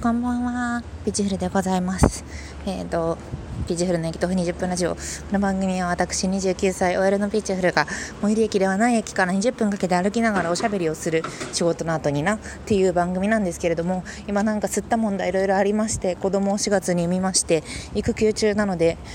こんばんは、ピチフルでございます。ピチフルの駅徒歩20分ラジオ。この番組は私29歳 OL のピチフルが最寄り駅ではない駅から20分かけて歩きながらおしゃべりをする仕事の後になっていう番組なんですけれども、今なんか吸ったもんだいろいろありまして、子供を4月に産みまして育休中なので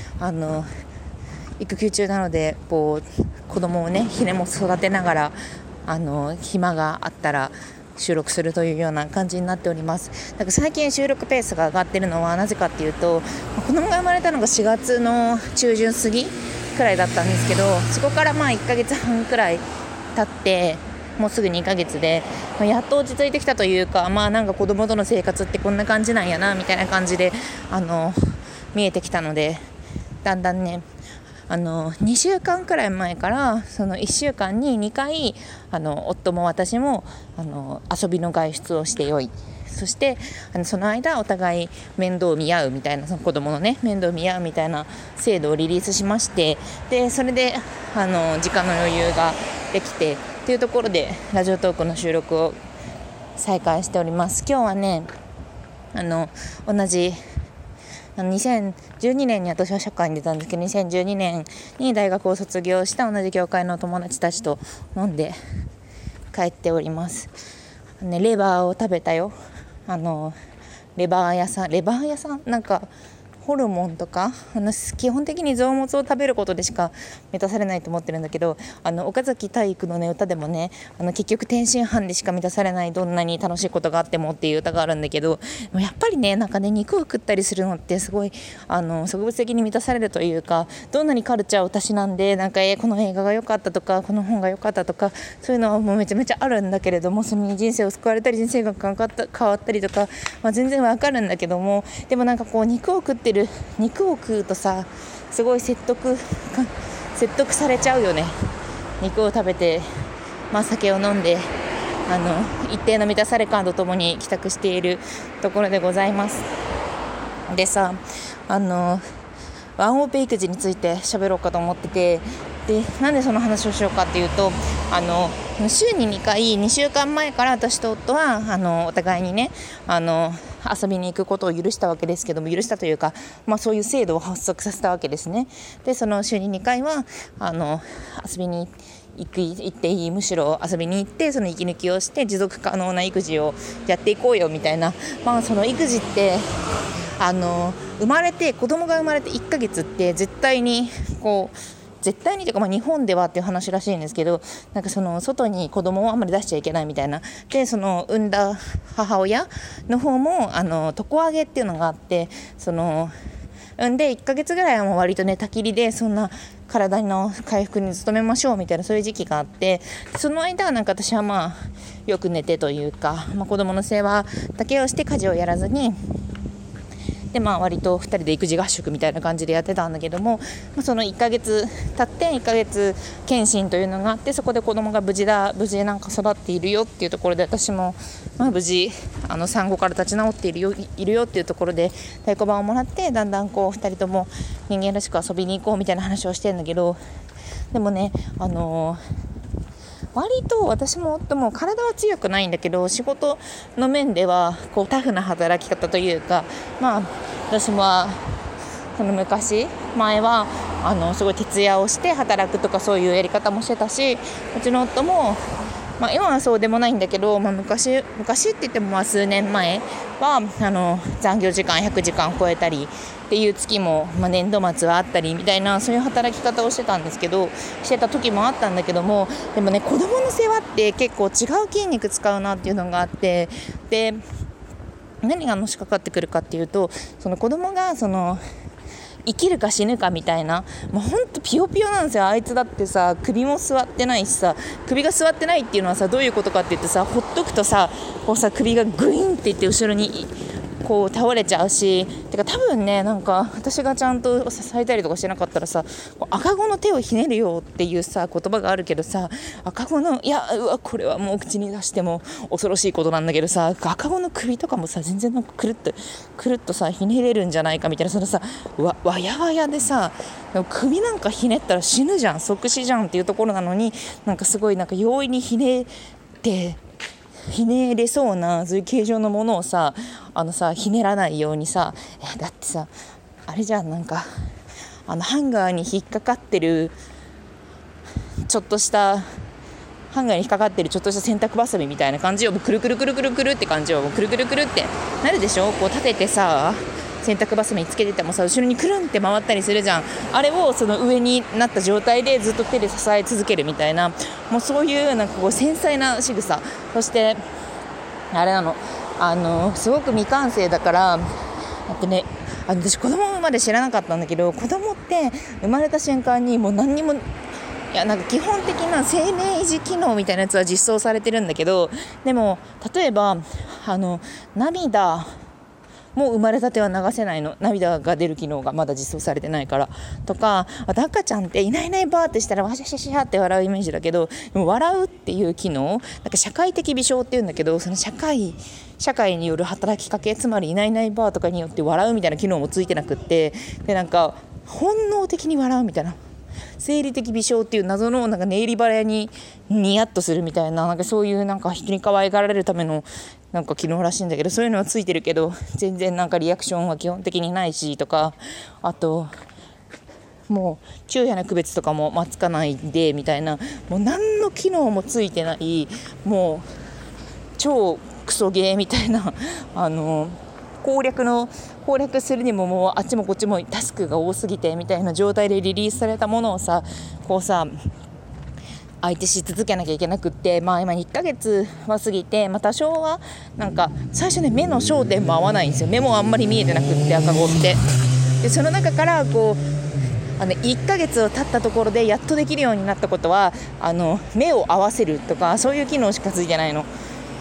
こう子供をねひねも育てながら暇があったら収録するというような感じになっております。だから最近収録ペースが上がってるのはなぜかっていうと、子供が生まれたのが4月の中旬過ぎくらいだったんですけど、そこから1ヶ月半くらい経ってもうすぐ2ヶ月で、やっと落ち着いてきたというか、なんか子供との生活ってこんな感じなんやなみたいな感じで見えてきたので、だんだんね2週間くらい前からその1週間に2回夫も私も遊びの外出をしてよい、そしてその間お互い面倒を見合うみたいな、その子供のね面倒を見合うみたいな制度をリリースしまして、でそれで時間の余裕ができてというところでラジオトークの収録を再開しております。今日はね同じ2012年に私は社会に出たんですけど、2012年に大学を卒業した同じ業界の友達たちと飲んで帰っております。レバーを食べたよ。レバー屋さんなんかホルモンとか基本的に臓物を食べることでしか満たされないと思ってるんだけど、岡崎体育のね歌でもね結局天津飯でしか満たされない、どんなに楽しいことがあってもっていう歌があるんだけど、やっぱりね肉を食ったりするのってすごい植物的に満たされるというか、どんなにカルチャーをたしなんでこの映画が良かったとかこの本が良かったとかそういうのはもうめちゃめちゃあるんだけれども、それに人生を救われたり人生が変わったりとか、全然わかるんだけども、でも肉を食うとさすごい説得されちゃうよね。肉を食べて、酒を飲んで一定の満たされ感とともに帰宅しているところでございます。でさワンオペ育児について喋ろうかと思ってて、でなんでその話をしようかっていうと、週に2回2週間前から私と夫はお互いにね遊びに行くことを許したわけですけども、許したというか、そういう制度を発足させたわけですね。でその週に2回は遊びに行っていい、むしろ遊びに行ってその息抜きをして持続可能な育児をやっていこうよみたいな、その育児って子供が生まれて1ヶ月って絶対にというか、日本ではっていう話らしいんですけど、その外に子供をあんまり出しちゃいけないみたいな。でその産んだ母親の方も床上げっていうのがあって、産んで1ヶ月ぐらいはもう割と寝たきりで、そんな体の回復に努めましょうみたいな、そういう時期があって、その間は私はよく寝てというか、子供の世話だけをして家事をやらずにで割と2人で育児合宿みたいな感じでやってたんだけども、その1ヶ月経って1ヶ月検診というのがあって、そこで子供が無事育っているよっていうところで、私も無事産後から立ち直っているよっていうところで太鼓判をもらって、だんだん2人とも人間らしく遊びに行こうみたいな話をしてるんだけど、でもね割と私も夫も体は強くないんだけど、仕事の面ではタフな働き方というか、私は前はすごい徹夜をして働くとかそういうやり方もしてたし、うちの夫も今はそうでもないんだけど、昔って言っても数年前は残業時間100時間超えたりっていう月も、年度末はあったりみたいな、そういう働き方をしてた時もあったんだけども、でもね子供の世話って結構違う筋肉使うなっていうのがあって、で何がのしかかってくるかっていうと、その子供が生きるか死ぬかみたいな、ほんとピヨピヨなんですよ。あいつだってさ首も座ってないしさ、首が座ってないっていうのはさどういうことかって言ってさ、ほっとくとさ首がグインっていって後ろに倒れちゃうし、てか多分ね私がちゃんと支えたりとかしてなかったらさ、赤子の手をひねるよっていうさ言葉があるけどさ、赤子のこれはもう口に出しても恐ろしいことなんだけどさ、赤子の首とかもさ全然くるっとさひねれるんじゃないかみたいな、そのさわやわやでさ首なんかひねったら死ぬじゃん、即死じゃんっていうところなのに、すごい容易にひねってひねれそうなそういう形状のものをさひねらないようにさ、だってさあれじゃん、なんかハンガーに引っかかってるちょっとしたちょっとした洗濯バサミみたいな感じをくるくるくるくるくるって感じをくるくるくるってなるでしょ。こう立ててさ洗濯バサミつけててもさ後ろにくるんって回ったりするじゃん。あれをその上になった状態でずっと手で支え続けるみたいな、もうそういうなんかこう繊細な仕草、そしてあれなの、すごく未完成だからってね、私子供まで知らなかったんだけど、子供って生まれた瞬間にもう何にもなんか基本的な生命維持機能みたいなやつは実装されてるんだけど、でも例えば涙もう生まれたては流せないの、涙が出る機能がまだ実装されてないからとか、赤ちゃんっていないいないばーってしたらわしゃしゃしゃって笑うイメージだけど、でも笑うっていう機能、なんか社会的微笑っていうんだけど、その社会による働きかけ、つまりいないいないばーとかによって笑うみたいな機能もついてなくって、でなんか本能的に笑うみたいな、生理的微笑っていう謎のなんかネイリバラにニヤッとするみたいな、なんかそういうなんか人に可愛がられるためのなんか機能らしいんだけど、そういうのはついてるけど全然なんかリアクションは基本的にないしとか、あともう昼夜の区別とかもつかないでみたいな、もう何の機能もついてない、もう超クソゲーみたいな攻略するにももうあっちもこっちもタスクが多すぎてみたいな状態でリリースされたものをさ、こうさ相手し続けなきゃいけなくって、今1ヶ月は過ぎて、多少はなんか最初ね目の焦点も合わないんですよ。目もあんまり見えてなくって赤子って、でその中からこう1ヶ月を経ったところでやっとできるようになったことは目を合わせるとかそういう機能しかついてないの。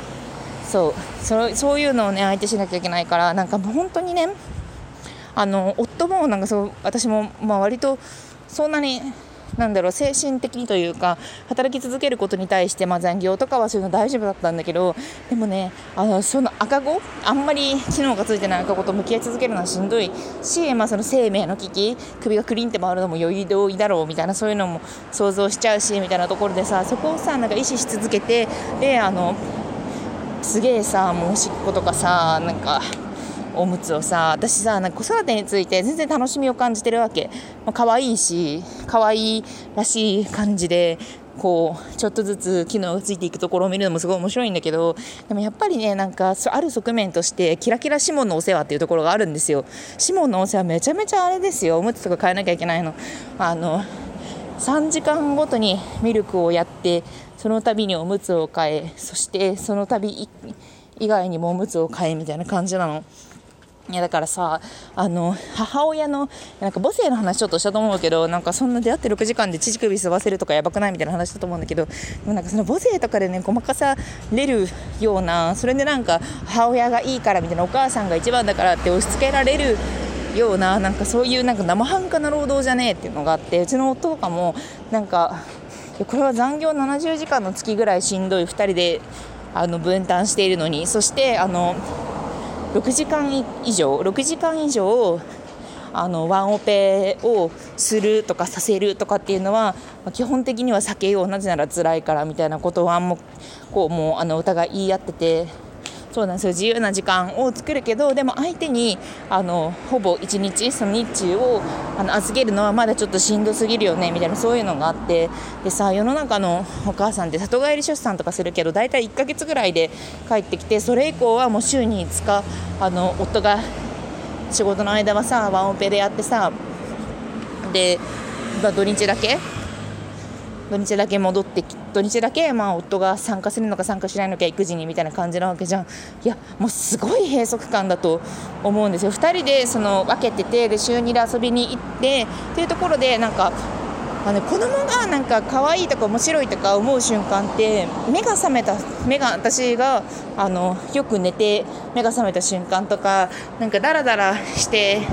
そういうのをね相手しなきゃいけないから、なんかもう本当にね夫もなんか私も割とそんなに精神的にというか働き続けることに対して残業とかはそういうの大丈夫だったんだけど、でもねその赤子、あんまり機能がついてない赤子と向き合い続けるのはしんどいし、その生命の危機、首がクリンって回るのも余裕だろうみたいな、そういうのも想像しちゃうしみたいなところでさ、そこをさなんか意識し続けて、ですげえさもうおしっことかさなんかおむつをさ、私さなんか子育てについて全然楽しみを感じてるわけ。可愛いし可愛いらしい感じでこうちょっとずつ機能がついていくところを見るのもすごい面白いんだけど、でもやっぱりねなんかある側面としてキラキラシモンのお世話っていうところがあるんですよ。シモンのお世話めちゃめちゃあれですよ、おむつとか変えなきゃいけないの。3時間ごとにミルクをやって、その度におむつを変え、そしてその度以外にもおむつを変えみたいな感じなの。いやだからさ母親のなんか母性の話ちょっとしたと思うけど、なんかそんな出会って6時間で乳首吸わせるとかやばくないみたいな話だと思うんだけど、でもなんかその母性とかでねごまかされるような、それでなんか母親がいいからみたいな、お母さんが一番だからって押し付けられるような、なんかそういうなんか生半可な労働じゃねえっていうのがあって、うちの夫とかもなんかこれは残業70時間の月ぐらいしんどい2人で分担しているのに、そして6時間以上ワンオペをするとかさせるとかっていうのは基本的には避けよう、なぜなら辛いからみたいなことはもうお互い言い合ってて、そうなんですよ、自由な時間を作るけど、でも相手にほぼ1日その日中を預けるのはまだちょっとしんどすぎるよねみたいな、そういうのがあって、でさ世の中のお母さんって里帰り出産とかするけどだいたい1ヶ月ぐらいで帰ってきて、それ以降はもう週に5日夫が仕事の間はさワンオペでやってさ、で、土日だけ戻って土日だけ夫が参加するのか参加しないのか育児にみたいな感じなわけじゃん。いやもうすごい閉塞感だと思うんですよ。2人で分けてて、で週2で遊びに行ってっていうところで、なんか子供がなんか可愛いとか面白いとか思う瞬間って私がよく寝て目が覚めた瞬間とか、なんかダラダラして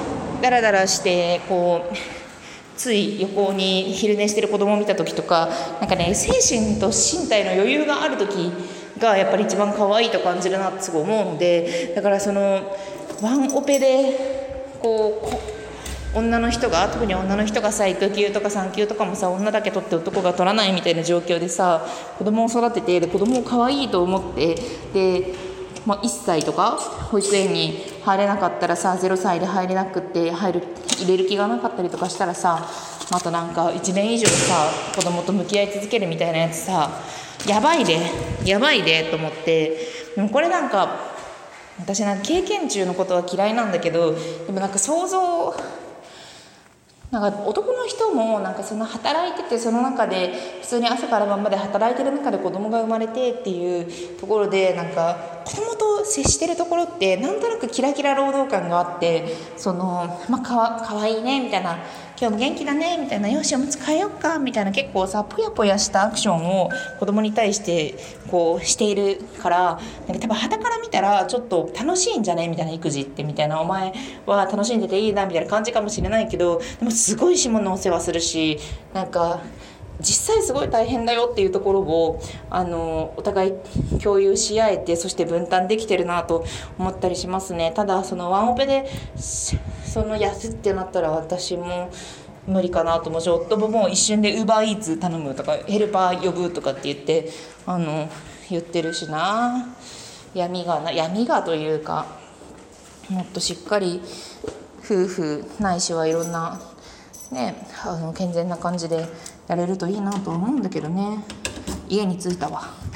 こうつい横に昼寝してる子供を見た時とか、なんかね精神と身体の余裕がある時がやっぱり一番可愛いと感じるなってすごい思うので、だからそのワンオペでこう女の人が特に女の人がさ育休とか産休とかもさ女だけ取って男が取らないみたいな状況でさ子供を育ててで子供を可愛いと思ってで、1歳とか保育園に入れなかったらさ0歳で入れなくって入れる気がなかったりとかしたらさまたなんか1年以上さ子供と向き合い続けるみたいなやつさやばいでと思って。でもこれなんか私なんか経験中のことは嫌いなんだけどでもなんか想像なんか男の人もなんかその働いててその中で普通に朝から晩まで働いてる中で子供が生まれてっていうところでなんか子供と接してるところってなんとなくキラキラ労働感があってかわいいねみたいな今日も元気だねみたいなよしおむつ替えよっかみたいな結構さぽやぽやしたアクションを子供に対してこうしているからなんか多分傍から見たらちょっと楽しいんじゃねみたいな育児ってみたいなお前は楽しんでていいなみたいな感じかもしれないけどでもすごい下のお世話するしなんか実際すごい大変だよっていうところをお互い共有し合えてそして分担できてるなと思ったりしますね。ただそのワンオペでその安ってなったら私も無理かなと思うし夫ももう一瞬で UberEats 頼むとかヘルパー呼ぶとかって言って言ってるしな闇がというかもっとしっかり夫婦ないしはいろんなね健全な感じでやれるといいなと思うんだけどね。家に着いたわ。